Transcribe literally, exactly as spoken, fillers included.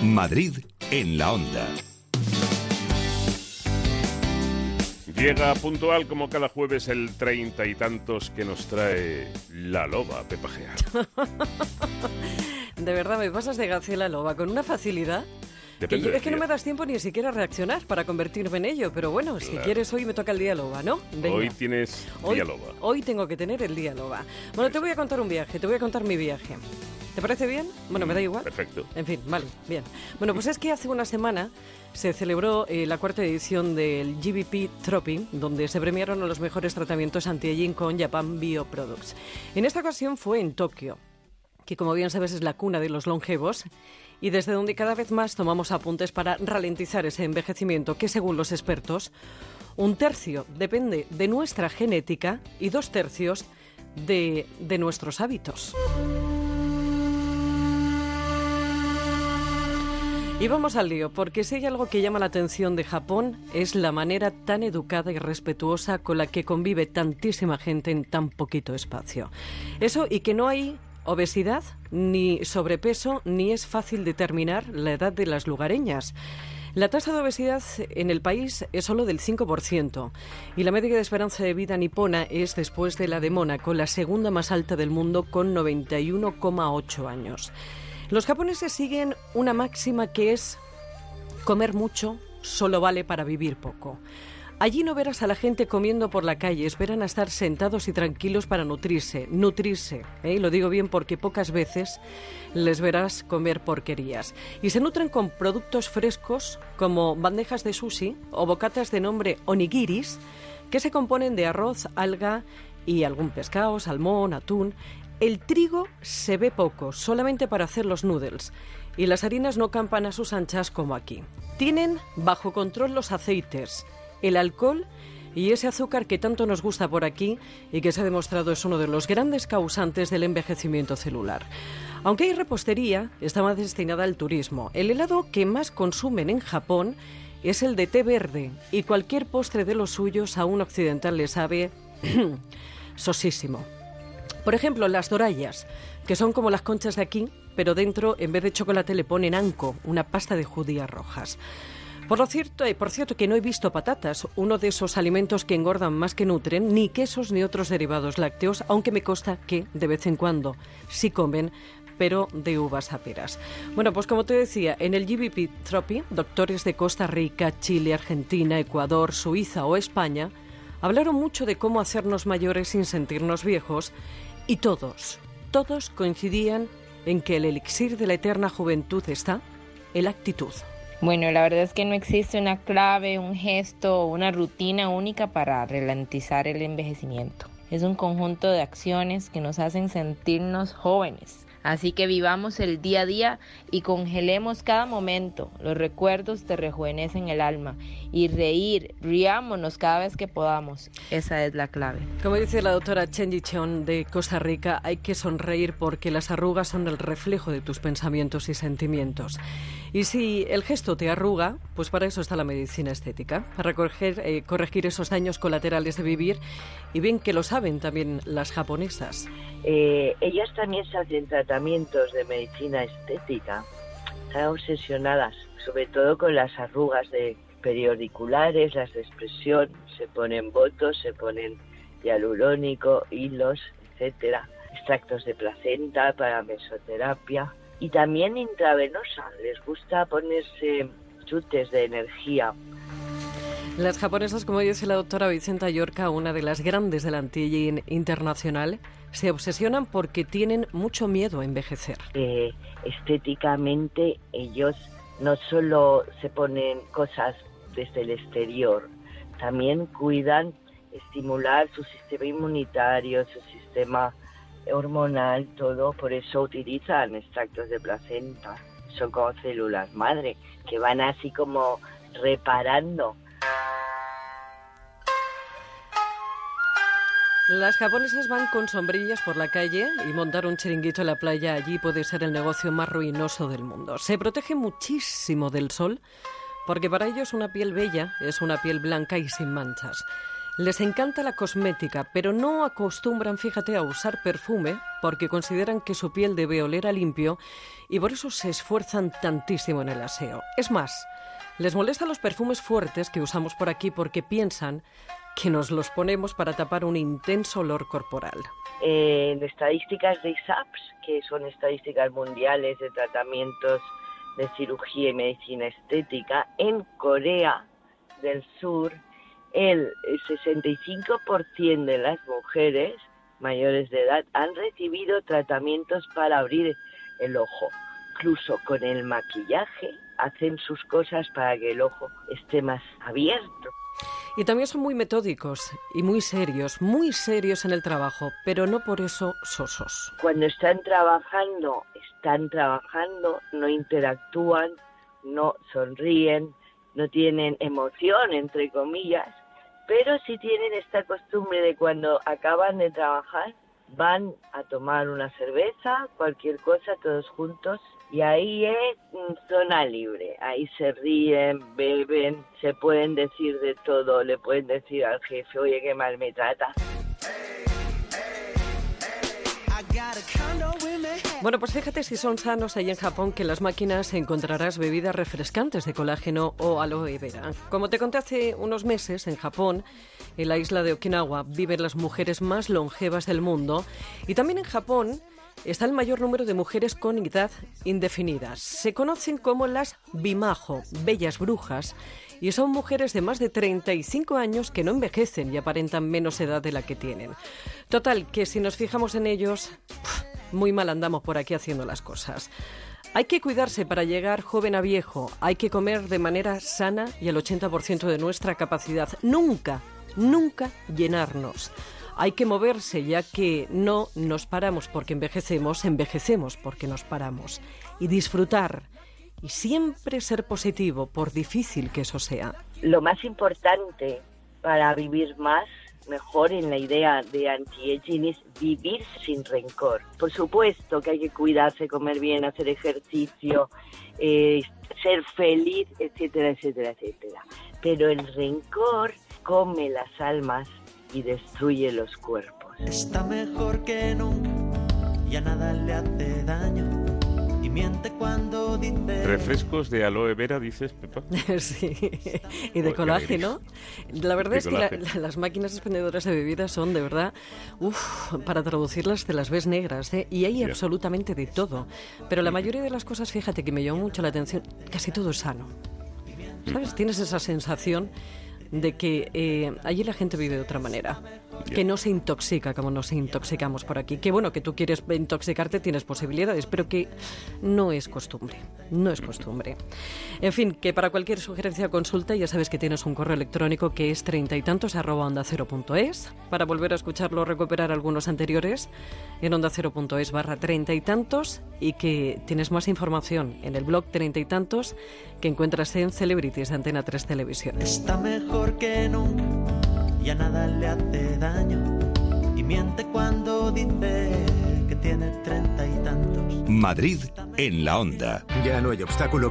Madrid en la Onda. Llega puntual como cada jueves el treinta y tantos que nos trae la loba, Pepa Gea. De verdad, me pasas de Graciela Loba con una facilidad. Que yo, es que no me das tiempo ni siquiera a reaccionar para convertirme en ello, pero bueno, claro. Si quieres hoy me toca el día Loba, ¿no? Venga. Hoy tienes hoy, día Loba. Hoy tengo que tener el día Loba. Bueno, te voy a contar un viaje, te voy a contar mi viaje. ¿Te parece bien? Bueno, me da igual. Perfecto. En fin, vale, bien. Bueno, pues es que hace una semana se celebró eh, la cuarta edición del G B P Trophy, donde se premiaron a los mejores tratamientos anti-aging con Japan Bioproducts. En esta ocasión fue en Tokio, que como bien sabes es la cuna de los longevos, y desde donde cada vez más tomamos apuntes para ralentizar ese envejecimiento que, según los expertos, un tercio depende de nuestra genética y dos tercios de, de nuestros hábitos. Y vamos al lío, porque si hay algo que llama la atención de Japón es la manera tan educada y respetuosa con la que convive tantísima gente en tan poquito espacio. Eso, y que no hay obesidad, ni sobrepeso, ni es fácil determinar la edad de las lugareñas. La tasa de obesidad en el país es solo del cinco por ciento y la media de esperanza de vida nipona es, después de la de Mónaco, la segunda más alta del mundo con noventa y uno coma ocho años. Los japoneses siguen una máxima que es: comer mucho solo vale para vivir poco. Allí no verás a la gente comiendo por la calle, esperan a estar sentados y tranquilos para nutrirse, nutrirse, ¿eh? Y lo digo bien porque pocas veces les verás comer porquerías. Y se nutren con productos frescos como bandejas de sushi o bocatas de nombre onigiris, que se componen de arroz, alga y algún pescado, salmón, atún. El trigo se ve poco, solamente para hacer los noodles, y las harinas no campan a sus anchas como aquí. Tienen bajo control los aceites, el alcohol y ese azúcar que tanto nos gusta por aquí y que se ha demostrado es uno de los grandes causantes del envejecimiento celular. Aunque hay repostería, está más destinada al turismo. El helado que más consumen en Japón es el de té verde, y cualquier postre de los suyos a un occidental le sabe sosísimo. Por ejemplo, las dorayas, que son como las conchas de aquí, pero dentro, en vez de chocolate, le ponen anko, una pasta de judías rojas. Por lo cierto, eh, por cierto, que no he visto patatas, uno de esos alimentos que engordan más que nutren, ni quesos ni otros derivados lácteos, aunque me consta que, de vez en cuando, sí comen, pero de uvas a peras. Bueno, pues como te decía, en el G B P Trophy, doctores de Costa Rica, Chile, Argentina, Ecuador, Suiza o España hablaron mucho de cómo hacernos mayores sin sentirnos viejos, y todos, todos coincidían en que el elixir de la eterna juventud está en la actitud. Bueno, la verdad es que no existe una clave, un gesto o una rutina única para ralentizar el envejecimiento. Es un conjunto de acciones que nos hacen sentirnos jóvenes. Así que vivamos el día a día y congelemos cada momento. Los recuerdos te rejuvenecen el alma. Y reír, riámonos cada vez que podamos. Esa es la clave. Como dice la doctora Chen Yichon de Costa Rica, hay que sonreír porque las arrugas son el reflejo de tus pensamientos y sentimientos. Y si el gesto te arruga, pues para eso está la medicina estética, para corregir, eh, corregir esos daños colaterales de vivir, y bien que lo saben también las japonesas. Eh, ellas también se hacen tratamientos de medicina estética, están obsesionadas, sobre todo con las arrugas de periodiculares, las de expresión, se ponen botox, se ponen hialurónico, hilos, etcétera, extractos de placenta para mesoterapia. Y también intravenosa, les gusta ponerse chutes de energía. Las japonesas, como dice la doctora Vicenta Llorca, una de las grandes del anti-aging internacional, se obsesionan porque tienen mucho miedo a envejecer. Eh, estéticamente ellos no solo se ponen cosas desde el exterior, también cuidan estimular su sistema inmunitario, su sistema hormonal, todo. Por eso utilizan extractos de placenta, son como células madre que van así como reparando. Las japonesas van con sombrillas por la calle y montar un chiringuito en la playa allí puede ser el negocio más ruinoso del mundo. Se protegen muchísimo del sol porque para ellos una piel bella es una piel blanca y sin manchas. Les encanta la cosmética, pero no acostumbran, fíjate, a usar perfume porque consideran que su piel debe oler a limpio y por eso se esfuerzan tantísimo en el aseo. Es más, les molestan los perfumes fuertes que usamos por aquí porque piensan que nos los ponemos para tapar un intenso olor corporal. Eh, en estadísticas de I S A P S, que son estadísticas mundiales de tratamientos de cirugía y medicina estética, en Corea del Sur, el sesenta y cinco por ciento de las mujeres mayores de edad han recibido tratamientos para abrir el ojo. Incluso con el maquillaje hacen sus cosas para que el ojo esté más abierto. Y también son muy metódicos y muy serios, muy serios en el trabajo, pero no por eso sosos. Cuando están trabajando, están trabajando, no interactúan, no sonríen, no tienen emoción, entre comillas, pero sí tienen esta costumbre de cuando acaban de trabajar, van a tomar una cerveza, cualquier cosa, todos juntos, y ahí es zona libre. Ahí se ríen, beben, se pueden decir de todo, le pueden decir al jefe, oye, qué mal me trata. Bueno, pues fíjate si son sanos ahí en Japón, que en las máquinas encontrarás bebidas refrescantes de colágeno o aloe vera. Como te conté hace unos meses, en Japón, en la isla de Okinawa, viven las mujeres más longevas del mundo. Y también en Japón está el mayor número de mujeres con edad indefinida. Se conocen como las bimajo, bellas brujas, y son mujeres de más de treinta y cinco años que no envejecen y aparentan menos edad de la que tienen. Total, que si nos fijamos en ellos, muy mal andamos por aquí haciendo las cosas. Hay que cuidarse para llegar joven a viejo, hay que comer de manera sana y al ochenta por ciento de nuestra capacidad. Nunca, nunca llenarnos. Hay que moverse, ya que no nos paramos porque envejecemos, envejecemos porque nos paramos. Y disfrutar. Y siempre ser positivo, por difícil que eso sea. Lo más importante para vivir más, mejor en la idea de anti-aging, es vivir sin rencor. Por supuesto que hay que cuidarse, comer bien, hacer ejercicio, eh, ser feliz, etcétera, etcétera, etcétera. Pero el rencor come las almas y destruye los cuerpos. Está mejor que nunca, ya nada le hace daño. Y miente cuando dice... ¿Refrescos de aloe vera, dices, Pepa? Sí, y de Oh, colágeno. La verdad De es que la, la, las máquinas expendedoras de bebidas son, de verdad, uff, para traducirlas te las ves negras, ¿eh? Y hay Yeah. absolutamente de todo. Pero la mayoría de las cosas, fíjate, que me llamó mucho la atención, casi todo es sano. ¿Sabes? Tienes esa sensación de que eh, allí la gente vive de otra manera, yeah. que no se intoxica como nos intoxicamos por aquí, que bueno, que tú quieres intoxicarte, tienes posibilidades, pero que no es costumbre, no es costumbre. En fin, que para cualquier sugerencia o consulta ya sabes que tienes un correo electrónico que es treinta y tantos arroba onda cero punto es, para volver a escucharlo o recuperar algunos anteriores en onda cero punto es barra treinta y tantos, y que tienes más información en el blog treinta y tantos que encuentras en Celebrities de Antena tres Televisión. Está mejor que nunca, ya nada le hace daño. Y miente cuando dice que tiene treinta y tantos. Madrid en la onda. Ya no hay obstáculo